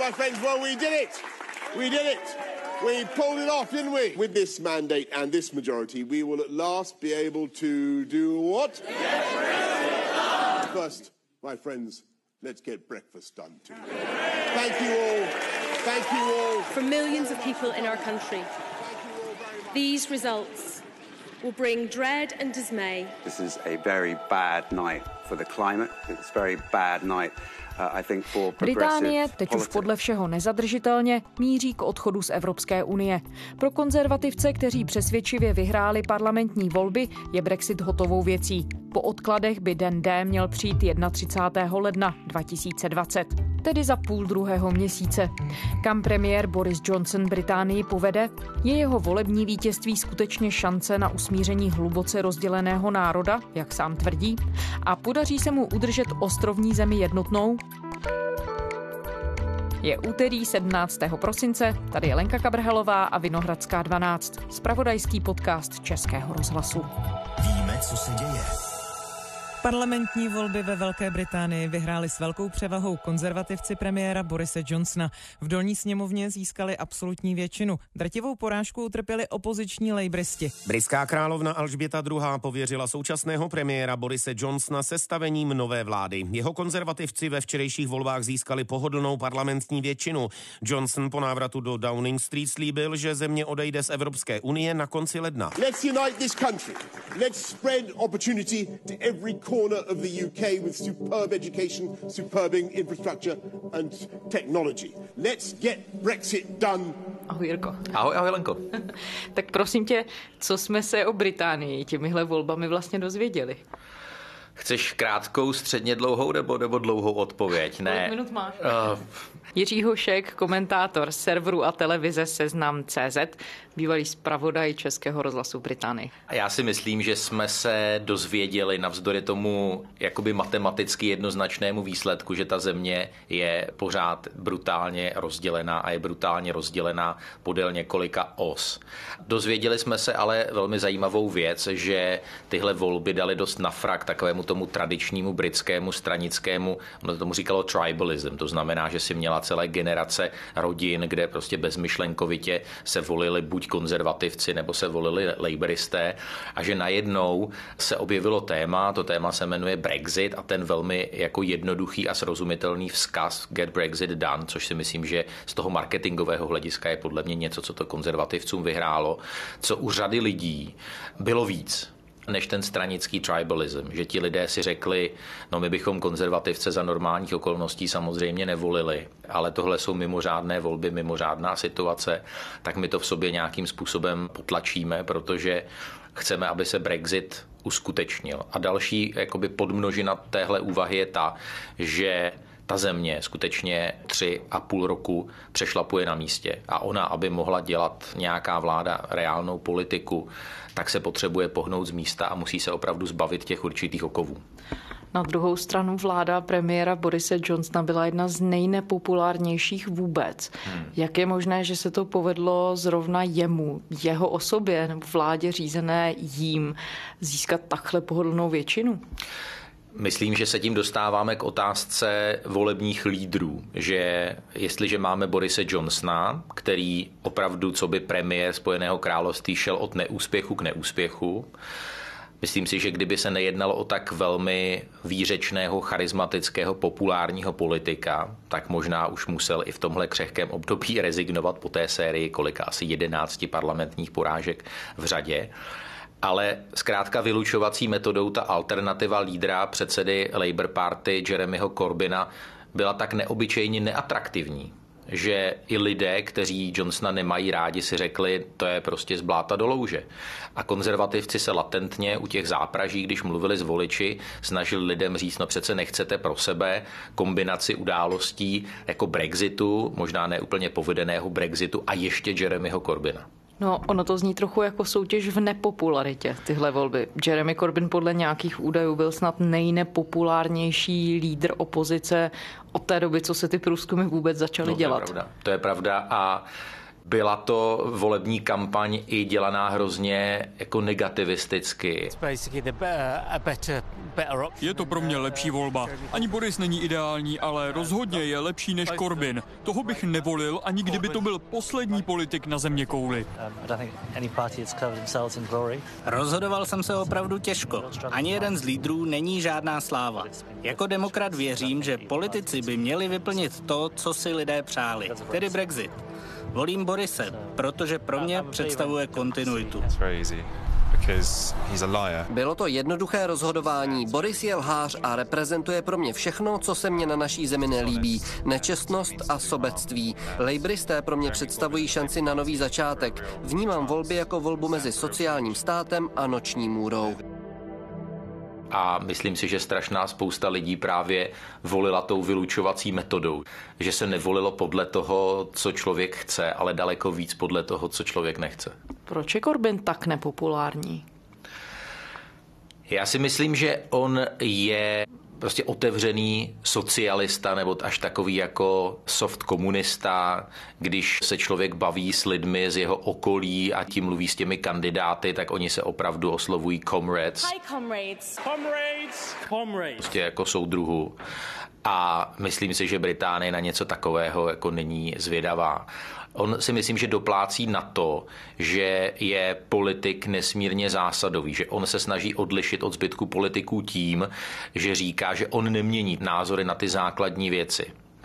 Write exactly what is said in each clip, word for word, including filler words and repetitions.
my friends. Well, we did it. We did it. We pulled it off, didn't we? With this mandate and this majority, we will at last be able to do what? First, my friends, let's get breakfast done too. Thank you all. Thank you all. For millions of people in our country, these results will bring dread and dismay. This is a very bad night for the climate. It's a very bad night. Británie teď už podle všeho nezadržitelně míří k odchodu z Evropské unie. Pro konzervativce, kteří přesvědčivě vyhráli parlamentní volby, je Brexit hotovou věcí. Po odkladech by den D měl přijít třicátého prvního ledna dva tisíce dvacet, tedy za půl druhého měsíce. Kam premiér Boris Johnson Británii povede, je jeho volební vítězství skutečně šance na usmíření hluboce rozděleného národa, jak sám tvrdí, a podaří se mu udržet ostrovní zemi jednotnou? Je úterý sedmnáctého prosince, tady je Lenka Kabrhelová a Vinohradská dvanáct, zpravodajský podcast Českého rozhlasu. Víme, co se děje. Parlamentní volby ve Velké Británii vyhráli s velkou převahou konzervativci premiéra Borise Johnsona. V dolní sněmovně získali absolutní většinu. Drtivou porážku utrpěli opoziční lejbristi. Britská královna Alžběta druhá. pověřila současného premiéra Borise Johnsona sestavením nové vlády. Jeho konzervativci ve včerejších volbách získali pohodlnou parlamentní většinu. Johnson po návratu do Downing Street slíbil, že země odejde z Evropské unie na konci ledna. Let's unite this country. Let's spread opportunity to every corner of the U K with superb education, superb infrastructure and technology. Let's get Brexit done. Ahoj, Jirko. Ahoj, ahoj, Lenko. Tak prosím tě, co jsme se o Británii těmihle volbami vlastně dozvěděli? Chceš krátkou, středně dlouhou nebo, nebo dlouhou odpověď? Ne. Kolik minut máš? Uh, Jiří Hošek, komentátor serveru a televize Seznam tečka cé zet, bývalý zpravodaj Českého rozhlasu Británii. Já si myslím, že jsme se dozvěděli navzdory tomu jakoby matematicky jednoznačnému výsledku, že ta země je pořád brutálně rozdělená a je brutálně rozdělená podél několika os. Dozvěděli jsme se ale velmi zajímavou věc, že tyhle volby dali dost na frak takovému tomu tradičnímu britskému stranickému, ono tomu říkalo tribalism, to znamená, že si měla celé generace rodin, kde prostě bezmyšlenkovitě se volili buď konzervativci, nebo se volili laboristé a že najednou se objevilo téma, to téma se jmenuje Brexit a ten velmi jako jednoduchý a srozumitelný vzkaz Get Brexit Done, což si myslím, že z toho marketingového hlediska je podle mě něco, co to konzervativcům vyhrálo, co u řady lidí bylo víc než ten stranický tribalism, že ti lidé si řekli, no my bychom konzervativce za normálních okolností samozřejmě nevolili, ale tohle jsou mimořádné volby, mimořádná situace, tak my to v sobě nějakým způsobem potlačíme, protože chceme, aby se Brexit uskutečnil. A další jakoby podmnožina téhle úvahy je ta, že ta země skutečně tři a půl roku přešlapuje na místě a ona, aby mohla dělat nějaká vláda reálnou politiku, tak se potřebuje pohnout z místa a musí se opravdu zbavit těch určitých okovů. Na druhou stranu vláda premiéra Borise Johnsona byla jedna z nejnepopulárnějších vůbec. Hmm. Jak je možné, že se to povedlo zrovna jemu, jeho osobě nebo vládě řízené jím získat takhle pohodlnou většinu? Myslím, že se tím dostáváme k otázce volebních lídrů, že jestliže máme Borise Johnsona, který opravdu co by premiér Spojeného království šel od neúspěchu k neúspěchu, myslím si, že kdyby se nejednalo o tak velmi výřečného, charismatického, populárního politika, tak možná už musel i v tomhle křehkém období rezignovat po té sérii kolika asi jedenácti parlamentních porážek v řadě. Ale zkrátka vylučovací metodou ta alternativa lídra předsedy Labour Party Jeremyho Corbyna byla tak neobyčejně neatraktivní, že i lidé, kteří Johnsona nemají rádi, si řekli, to je prostě z bláta do louže. A konzervativci se latentně u těch zápraží, když mluvili s voliči, snažili lidem říct, no přece nechcete pro sebe kombinaci událostí jako Brexitu, možná ne úplně povedeného Brexitu a ještě Jeremyho Corbyna. No, ono to zní trochu jako soutěž v nepopularitě, tyhle volby. Jeremy Corbyn podle nějakých údajů byl snad nejnepopulárnější lídr opozice od té doby, co se ty průzkumy vůbec začaly no, dělat. To je pravda. To je pravda a Byla to volební kampaň i dělaná hrozně jako negativisticky. Je to pro mě lepší volba. Ani Boris není ideální, ale rozhodně je lepší než Corbyn. Toho bych nevolil, ani kdyby to byl poslední politik na zeměkouli. Rozhodoval jsem se opravdu těžko. Ani jeden z lídrů není žádná sláva. Jako demokrat věřím, že politici by měli vyplnit to, co si lidé přáli, tedy Brexit. Volím Borise, protože pro mě představuje kontinuitu. Bylo to jednoduché rozhodování. Boris je lhář a reprezentuje pro mě všechno, co se mně na naší zemi nelíbí. Nečestnost a sobectví. Lejbristé pro mě představují šanci na nový začátek. Vnímám volby jako volbu mezi sociálním státem a noční můrou. A myslím si, že strašná spousta lidí právě volila tou vylučovací metodou. Že se nevolilo podle toho, co člověk chce, ale daleko víc podle toho, co člověk nechce. Proč je Corbyn tak nepopulární? Já si myslím, že on je prostě otevřený socialista nebo až takový jako soft komunista. Když se člověk baví s lidmi z jeho okolí a tím mluví s těmi kandidáty, tak oni se opravdu oslovují comrades. Hi comrades. Comrades. Comrades. Prostě jako soudruhu. A myslím si, že Británie na něco takového jako není zvědavá. On si myslím, že doplácí na to, že je politik nesmírně zásadový, že on se snaží odlišit od zbytku politiků tím, že říká, že on nemění názory na ty základní věci.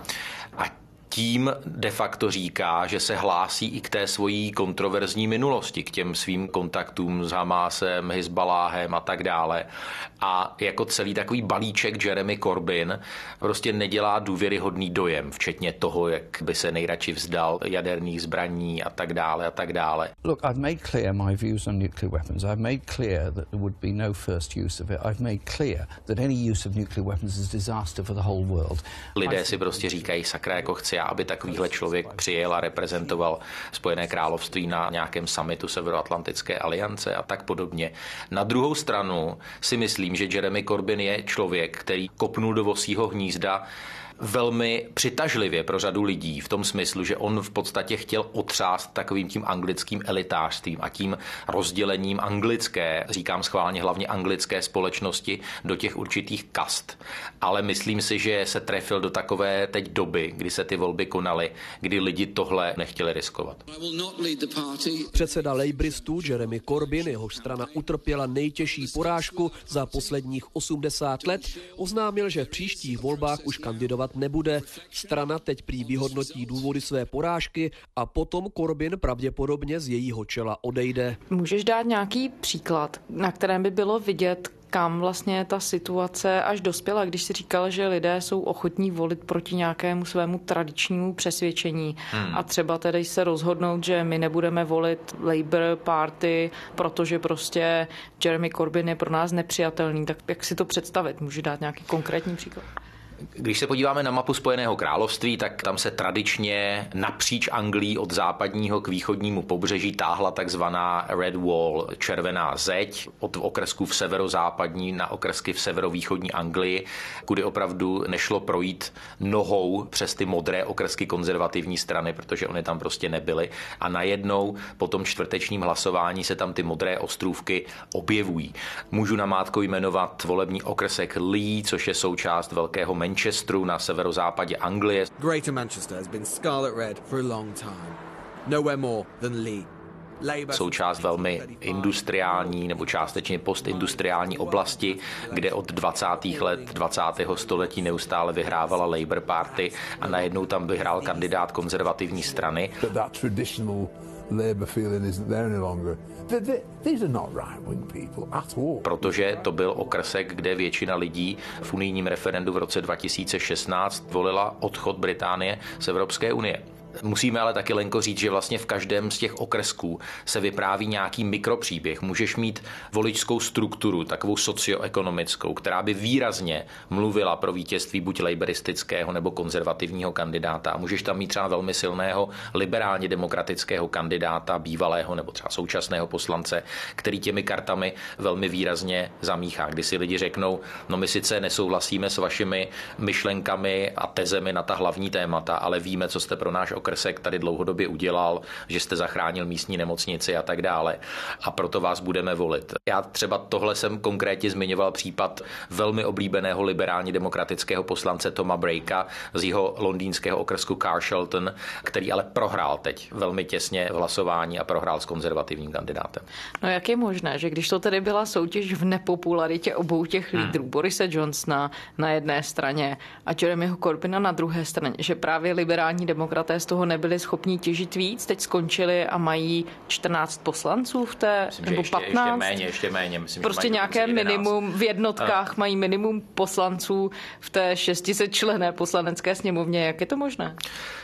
A tím de facto říká, že se hlásí i k té svojí kontroverzní minulosti, k těm svým kontaktům s Hamásem, Hizbaláhem a tak dále. A jako celý takový balíček Jeremy Corbyn prostě nedělá důvěryhodný dojem, včetně toho, jak by se nejradši vzdal jaderných zbraní a tak dále a tak dále. Look, I've made clear my views on nuclear weapons. I've made clear that there would be no first use of it. I've made clear that any use of nuclear weapons is a disaster for the whole world. Lidé si prostě říkají, sakra, jako chci, aby takovýhle člověk přijel a reprezentoval Spojené království na nějakém summitu Severoatlantické aliance a tak podobně. Na druhou stranu si myslím, že Jeremy Corbyn je člověk, který kopnul do vosího hnízda velmi přitažlivě pro řadu lidí v tom smyslu, že on v podstatě chtěl otřást takovým tím anglickým elitářstvím a tím rozdělením anglické, říkám schválně hlavně anglické společnosti do těch určitých kast. Ale myslím si, že se trefil do takové teď doby, kdy se ty volby konaly, kdy lidi tohle nechtěli riskovat. Předseda lejbristů Jeremy Corbyn, jehož strana utrpěla nejtěžší porážku za posledních osmdesát let, oznámil, že v příštích volbách už kandidovat nebude. Strana teď prý vyhodnotí důvody své porážky a potom Corbyn pravděpodobně z jejího čela odejde. Můžeš dát nějaký příklad, na kterém by bylo vidět, kam vlastně ta situace až dospěla, když si říkal, že lidé jsou ochotní volit proti nějakému svému tradičnímu přesvědčení hmm. a třeba tedy se rozhodnout, že my nebudeme volit Labour Party, protože prostě Jeremy Corbyn je pro nás nepřijatelný. Tak jak si to představit? Můžu dát nějaký konkrétní příklad? Když se podíváme na mapu Spojeného království, tak tam se tradičně napříč Anglií od západního k východnímu pobřeží táhla takzvaná Red Wall, červená zeď, od okresků v severozápadní na okresky v severovýchodní Anglii, kudy opravdu nešlo projít nohou přes ty modré okresky konzervativní strany, protože oni tam prostě nebyly. A najednou po tom čtvrtečním hlasování se tam ty modré ostrůvky objevují. Můžu namátkou jmenovat volební okresek Lee, což je součást velkého Manchesteru na severozápadě Anglie. Greater Manchester has been scarlet red for a long time. Nowhere more than Lee. Součást velmi industriální nebo částečně postindustriální oblasti, kde od dvacátých let dvacátého století neustále vyhrávala Labour Party a najednou tam vyhrál kandidát konzervativní strany. Protože to byl okrsek, kde většina lidí v unijním referendu v roce dva tisíce šestnáct volila odchod Británie z Evropské unie. Musíme ale taky, Lenko, říct, že vlastně v každém z těch okresků se vypráví nějaký mikropříběh. Můžeš mít voličskou strukturu, takovou socioekonomickou, která by výrazně mluvila pro vítězství buď laboristického nebo konzervativního kandidáta. A můžeš tam mít třeba velmi silného liberálně demokratického kandidáta, bývalého nebo třeba současného poslance, který těmi kartami velmi výrazně zamíchá. Kdy si lidi řeknou, no my sice nesouhlasíme s vašimi myšlenkami a tezemi na ta hlavní témata, ale víme, co jste pro náš okrsek tady dlouhodobě udělal, že jste zachránil místní nemocnici a tak dále. A proto vás budeme volit. Já třeba tohle jsem konkrétně zmiňoval případ velmi oblíbeného liberálně demokratického poslance Toma Breaka z jeho londýnského okrsku Carshalton, který ale prohrál teď velmi těsně v hlasování a prohrál s konzervativním kandidátem. No jak je možné, že když to tedy byla soutěž v nepopularitě obou těch lídrů, hmm. Borise Johnsona na jedné straně a Jeremyho Corbyna na druhé straně, že právě liberální demokraté z toho nebyli schopni těžit víc, teď skončili a mají čtrnáct poslanců v té, Myslím, nebo ještě, patnáct? Ještě méně, ještě méně. Myslím, prostě nějaké minimum, v jednotkách a... mají minimum poslanců v té šestisetčlenné poslanecké sněmovně. Jak je to možné?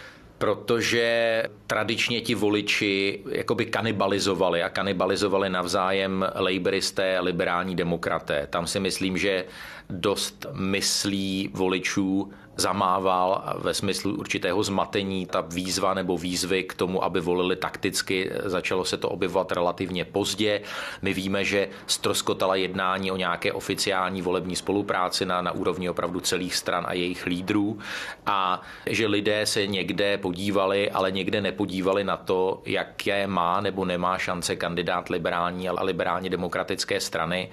Protože tradičně ti voliči jakoby kanibalizovali a kanibalizovali navzájem laboristé a liberální demokraté. Tam si myslím, že dost myslí voličů zamával ve smyslu určitého zmatení. Ta výzva nebo výzvy k tomu, aby volili takticky, začalo se to objevovat relativně pozdě. My víme, že ztroskotala jednání o nějaké oficiální volební spolupráci na, na úrovni opravdu celých stran a jejich lídrů a že lidé se někde podívali, ale někde nepodívali na to, jaké má nebo nemá šance kandidát liberální a liberálně demokratické strany.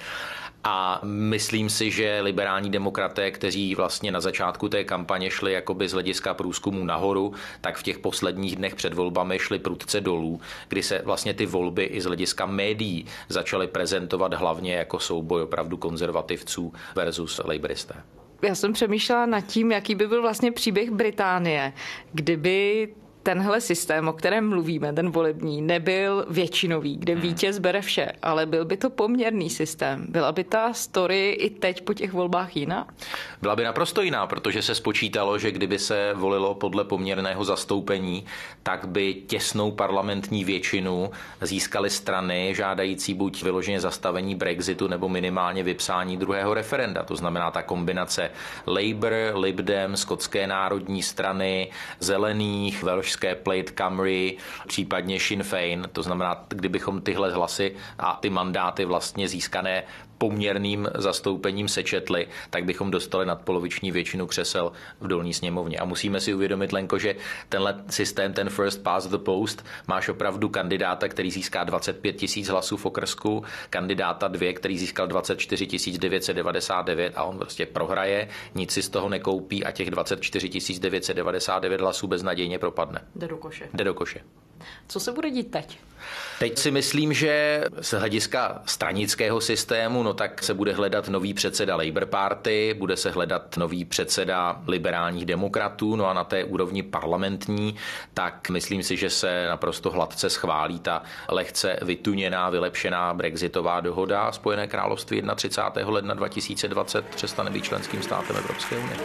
A myslím si, že liberální demokraté, kteří vlastně na začátku té kampaně šli jakoby z hlediska průzkumu nahoru, tak v těch posledních dnech před volbami šli prudce dolů, kdy se vlastně ty volby i z hlediska médií začaly prezentovat hlavně jako souboj opravdu konzervativců versus laboristé. Já jsem přemýšlela nad tím, jaký by byl vlastně příběh Británie, kdyby tenhle systém, o kterém mluvíme, ten volební, nebyl většinový, kde vítěz bere vše, ale byl by to poměrný systém. Byla by ta story i teď po těch volbách jiná? Byla by naprosto jiná, protože se spočítalo, že kdyby se volilo podle poměrného zastoupení, tak by těsnou parlamentní většinu získaly strany žádající buď vyloženě zastavení Brexitu nebo minimálně vypsání druhého referenda. To znamená ta kombinace Labour, Lib Dem, skotské národní strany, zelených, velšských Plaid Cymru, případně Sinn Féin, to znamená, kdybychom tyhle hlasy a ty mandáty vlastně získané poměrným zastoupením sečetli, tak bychom dostali nadpoloviční většinu křesel v dolní sněmovně. A musíme si uvědomit, Lenko, že tenhle systém, ten first past the post, máš opravdu kandidáta, který získá dvacet pět tisíc hlasů v okrsku, kandidáta dvě, který získal dvacet čtyři tisíc devět set devadesát devět a on prostě prohraje, nic si z toho nekoupí a těch dvacet čtyři tisíc devět set devadesát devět hlasů beznadějně propadne. Jde do koše. Jde do koše. Co se bude dít teď? Teď si myslím, že z hlediska stranického systému, no tak se bude hledat nový předseda Labour Party, bude se hledat nový předseda liberálních demokratů, no a na té úrovni parlamentní, tak myslím si, že se naprosto hladce schválí ta lehce vytuněná, vylepšená brexitová dohoda. Spojené království třicátého prvního ledna dva tisíce dvacet přestane být členským státem Evropské unie.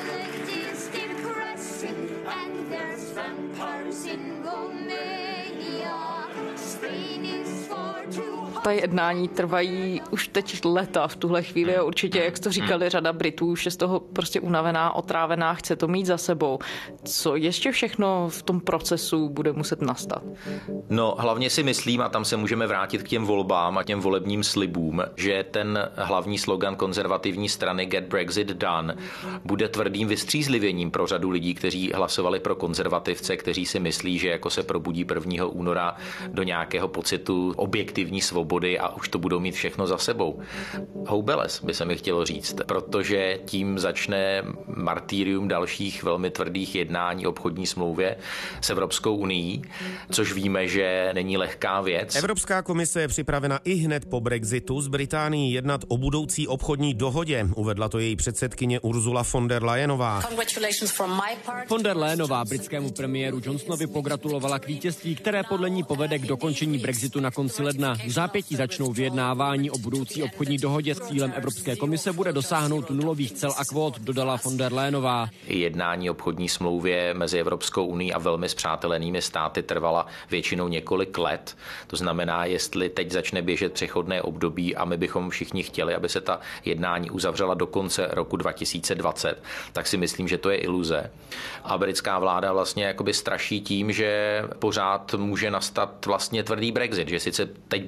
Ta jednání trvají už teď leta v tuhle chvíli a určitě, jak jste to říkali, řada Britů už je z toho prostě unavená, otrávená, chce to mít za sebou. Co ještě všechno v tom procesu bude muset nastat? No, hlavně si myslím, a tam se můžeme vrátit k těm volbám a těm volebním slibům, že ten hlavní slogan konzervativní strany Get Brexit Done bude tvrdým vystřízlivěním pro řadu lidí, kteří hlasovali pro konzervativce, kteří si myslí, že jako se probudí prvního února do nějakého pocitu objektivní svobody a už to budou mít všechno za sebou. Houbeles by se mi chtělo říct, protože tím začne martýrium dalších velmi tvrdých jednání obchodní smlouvě s Evropskou unií, což víme, že není lehká věc. Evropská komise je připravena i hned po Brexitu s Británií jednat o budoucí obchodní dohodě. Uvedla to její předsedkyně Ursula von der Leyenová. Von der Leyenová britskému premiéru Johnsonovi pogratulovala k vítězství, které podle ní povede k dokončení Brexitu na konci ledna. V zápětí začnou vyjednávání o budoucí obchodní dohodě s cílem Evropské komise bude dosáhnout nulových cel a kvót, dodala von der Leyenová. Jednání obchodní smlouvě mezi Evropskou unií a velmi spřátelenými státy trvala většinou několik let. To znamená, jestli teď začne běžet přechodné období a my bychom všichni chtěli, aby se ta jednání uzavřela do konce roku dva tisíce dvacet, tak si myslím, že to je iluze. A britská vláda vlastně jakoby straší tím, že pořád může nastat vlastně tvrdý Brexit, že sice teď budeš mít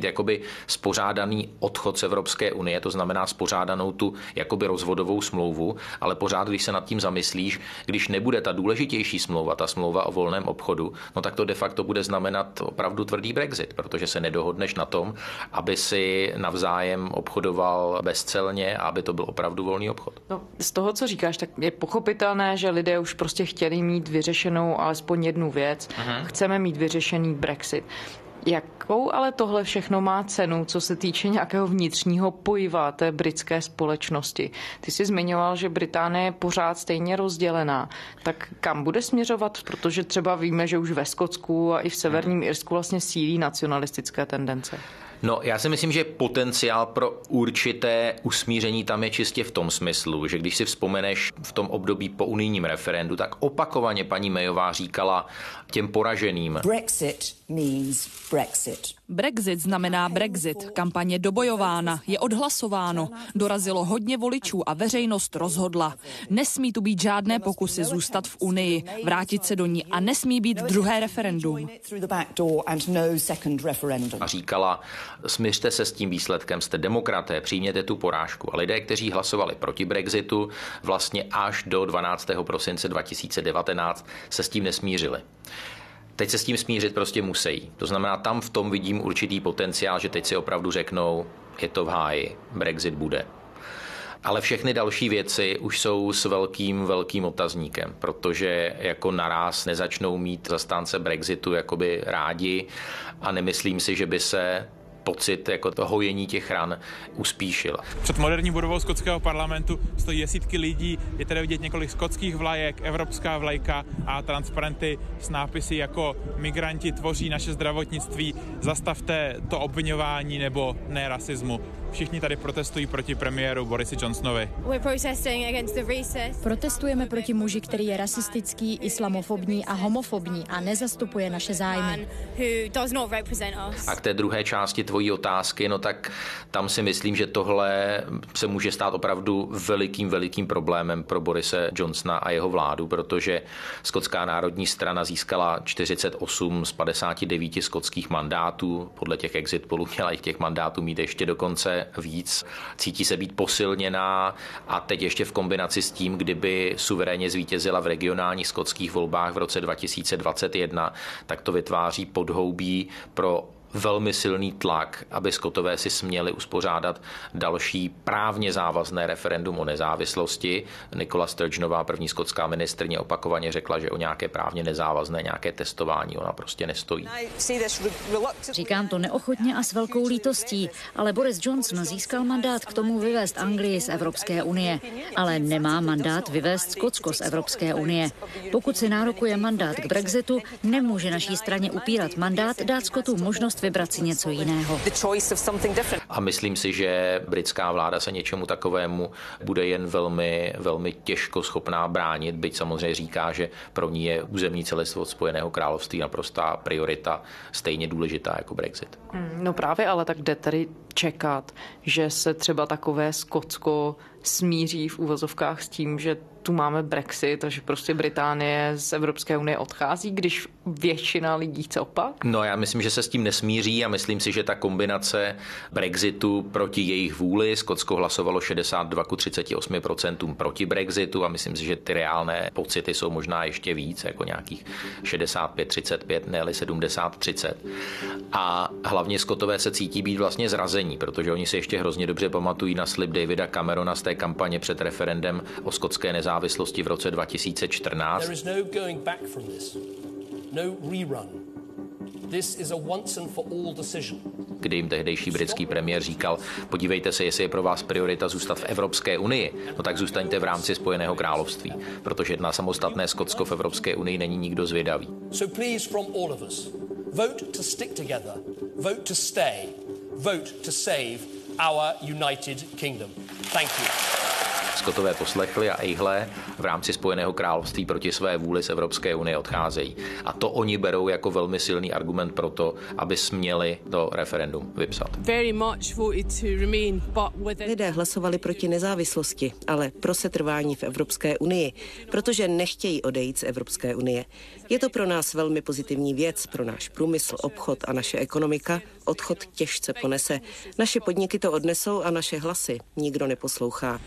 jakoby spořádaný odchod z Evropské unie, to znamená spořádanou tu jakoby rozvodovou smlouvu, ale pořád, když se nad tím zamyslíš, když nebude ta důležitější smlouva, ta smlouva o volném obchodu, no tak to de facto bude znamenat opravdu tvrdý Brexit, protože se nedohodneš na tom, aby si navzájem obchodoval bezcelně a aby to byl opravdu volný obchod. No, z toho, co říkáš, tak je pochopitelné, že lidé už prostě chtěli mít vyřešenou alespoň jednu věc. Aha. Chceme mít vyřešený Brexit. Jakou ale tohle všechno má cenu, co se týče nějakého vnitřního pojiva té britské společnosti? Ty jsi zmiňoval, že Británie je pořád stejně rozdělená. Tak kam bude směřovat? Protože třeba víme, že už ve Skotsku a i v severním Irsku vlastně sílí nacionalistické tendence. No, já si myslím, že potenciál pro určité usmíření tam je čistě v tom smyslu, že když si vzpomeneš v tom období po unijním referendu, tak opakovaně paní Mayová říkala těm poraženým: Brexit means Brexit. Brexit znamená Brexit. Kampaň je dobojována, je odhlasováno. Dorazilo hodně voličů a veřejnost rozhodla. Nesmí tu být žádné pokusy zůstat v Unii, vrátit se do ní a nesmí být druhé referendum. A říkala: smířte se s tím výsledkem, jste demokraté, přijměte tu porážku. A lidé, kteří hlasovali proti Brexitu, vlastně až do dvanáctého prosince dva tisíce devatenáct se s tím nesmířili. Teď se s tím smířit prostě musí. To znamená, tam v tom vidím určitý potenciál, že teď si opravdu řeknou, je to v háji, Brexit bude. Ale všechny další věci už jsou s velkým, velkým otazníkem, protože jako naráz nezačnou mít zastánce Brexitu jakoby rádi a nemyslím si, že by se pocit jako to hojení těch ran uspíšil. Před moderní budovou skotského parlamentu stojí desítky lidí, je tady vidět několik skotských vlajek, evropská vlajka a transparenty s nápisy jako migranti tvoří naše zdravotnictví, zastavte to obviňování nebo ne rasismu. Všichni tady protestují proti premiéru Borisi Johnsonovi. Protestujeme proti muži, který je rasistický, islamofobní a homofobní a nezastupuje naše zájmy. A k té druhé části tvojí otázky, no tak tam si myslím, že tohle se může stát opravdu velikým, velikým problémem pro Borise Johnsona a jeho vládu, protože Skotská národní strana získala čtyřicet osm z padesáti devíti skotských mandátů, podle těch exit polů měla jich těch mandátů mít ještě dokonce víc, cítí se být posilněná a teď ještě v kombinaci s tím, kdyby suverénně zvítězila v regionálních skotských volbách v roce dva tisíce dvacet jedna, tak to vytváří podhoubí pro velmi silný tlak, aby Skotové si směli uspořádat další právně závazné referendum o nezávislosti. Nicola Sturgeonová, první skotská ministryně, opakovaně řekla, že o nějaké právně nezávazné, nějaké testování ona prostě nestojí. Říkám to neochotně a s velkou lítostí, ale Boris Johnson získal mandát k tomu vyvést Anglii z Evropské unie, ale nemá mandát vyvést Skotsko z Evropské unie. Pokud si nárokuje mandát k Brexitu, nemůže naší straně upírat mandát dát Skotům možnost vybrat si něco jiného. A myslím si, že britská vláda se něčemu takovému bude jen velmi, velmi těžko schopná bránit, byť samozřejmě říká, že pro ní je územní celistvost Spojeného království naprostá priorita, stejně důležitá jako Brexit. No právě, ale tak jde tady čekat, že se třeba takové Skotsko smíří v uvozovkách s tím, že tu máme Brexit a že prostě Británie z Evropské unie odchází, když většina lidí chce opak? No já myslím, že se s tím nesmíří a myslím si, že ta kombinace Brexitu proti jejich vůli, Skotsko hlasovalo šedesát dva ku třiceti osmi procentům proti Brexitu a myslím si, že ty reálné pocity jsou možná ještě víc, jako nějakých šedesát pět třicet pět, ne-li sedmdesát třicet. A hlavně Skotové se cítí být vlastně zrazení, protože oni si ještě hrozně dobře pamatují na slib Davida Camerona z té kampaně před referendem o skotské nezávislosti v roce dva tisíce čtrnáct. There is no going back from this. No rerun. This is a once and for all decision. Kdy jim tehdejší britský premiér říkal, podívejte se, jestli je pro vás priorita zůstat v Evropské unii, no tak zůstaňte v rámci Spojeného království, protože na samostatné Skotsko v Evropské unii není nikdo zvědavý. So please from all of us, vote to stick together, vote to stay, vote to save our United Kingdom. Thank you. Skotové poslechli a ejhle v rámci Spojeného království proti své vůli z Evropské unie odcházejí. A to oni berou jako velmi silný argument pro to, aby směli to referendum vypsat. Lidé hlasovali proti nezávislosti, ale pro setrvání v Evropské unii, protože nechtějí odejít z Evropské unie. Je to pro nás velmi pozitivní věc, pro náš průmysl, obchod a naše ekonomika. Odchod těžce ponese. Naše podniky to odnesou a naše hlasy nikdo neposlouchá.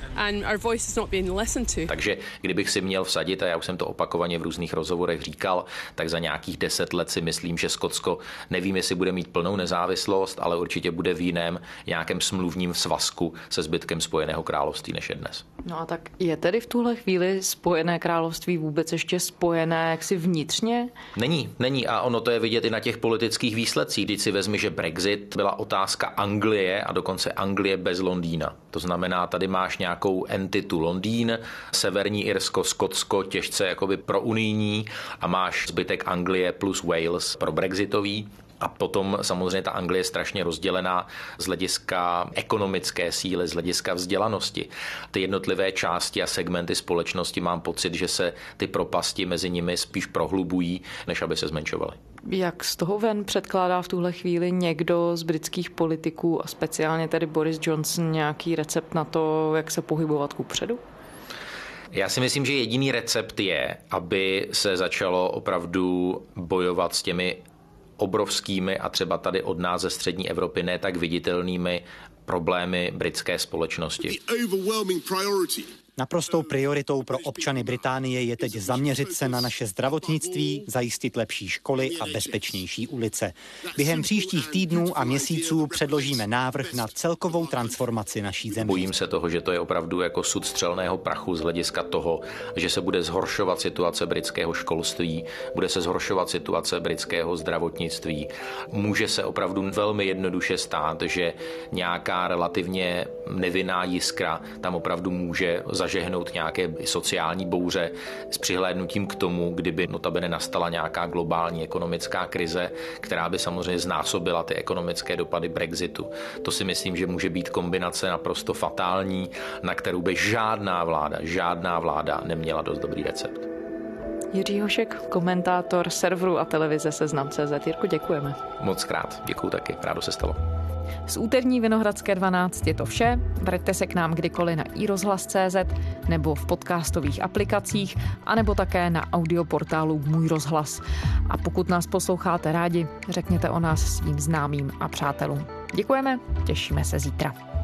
Takže kdybych si měl vsadit, a já už jsem to opakovaně v různých rozhovorech říkal, tak za nějakých deset let si myslím, že Skotsko, nevím, jestli bude mít plnou nezávislost, ale určitě bude v jiném nějakém smluvním svazku se zbytkem Spojeného království, než je dnes. No a tak je tedy v tuhle chvíli Spojené království vůbec ještě spojené jaksi vnitřně? Není, není a ono to je vidět i na těch politických výsledcích. Když si vezmi, že Brexit byla otázka Anglie a dokonce Anglie bez Londýna. To znamená, tady máš nějakou entitu Londýn, Severní Irsko, Skotsko, těžce jakoby pro unijní a máš zbytek Anglie plus Wales pro brexitový. A potom samozřejmě ta Anglie je strašně rozdělená z hlediska ekonomické síly, z hlediska vzdělanosti. Ty jednotlivé části a segmenty společnosti mám pocit, že se ty propasti mezi nimi spíš prohlubují, než aby se zmenšovaly. Jak z toho ven předkládá v tuhle chvíli někdo z britských politiků a speciálně tedy Boris Johnson nějaký recept na to, jak se pohybovat kupředu? Já si myslím, že jediný recept je, aby se začalo opravdu bojovat s těmi obrovskými a třeba tady od nás ze střední Evropy ne tak viditelnými problémy britské společnosti. Naprostou prioritou pro občany Británie je teď zaměřit se na naše zdravotnictví, zajistit lepší školy a bezpečnější ulice. Během příštích týdnů a měsíců předložíme návrh na celkovou transformaci naší země. Bojím se toho, že to je opravdu jako sud střelného prachu z hlediska toho, že se bude zhoršovat situace britského školství, bude se zhoršovat situace britského zdravotnictví. Může se opravdu velmi jednoduše stát, že nějaká relativně nevinná jiskra tam opravdu může zažehnout nějaké sociální bouře s přihlédnutím k tomu, kdyby notabene nastala nějaká globální ekonomická krize, která by samozřejmě znásobila ty ekonomické dopady Brexitu. To si myslím, že může být kombinace naprosto fatální, na kterou by žádná vláda, žádná vláda neměla dost dobrý recept. Jiří Hošek, komentátor serveru a televize Seznam tečka cé zet. Jirko, děkujeme. Moc krát, děkuju taky, rádo se stalo. Z úterní Vinohradské dvanáct je to vše. Vraťte se k nám kdykoliv na i rozhlas tečka cé zet nebo v podcastových aplikacích, anebo také na audioportálu Můj rozhlas. A pokud nás posloucháte rádi, řekněte o nás svým známým a přátelům. Děkujeme, těšíme se zítra.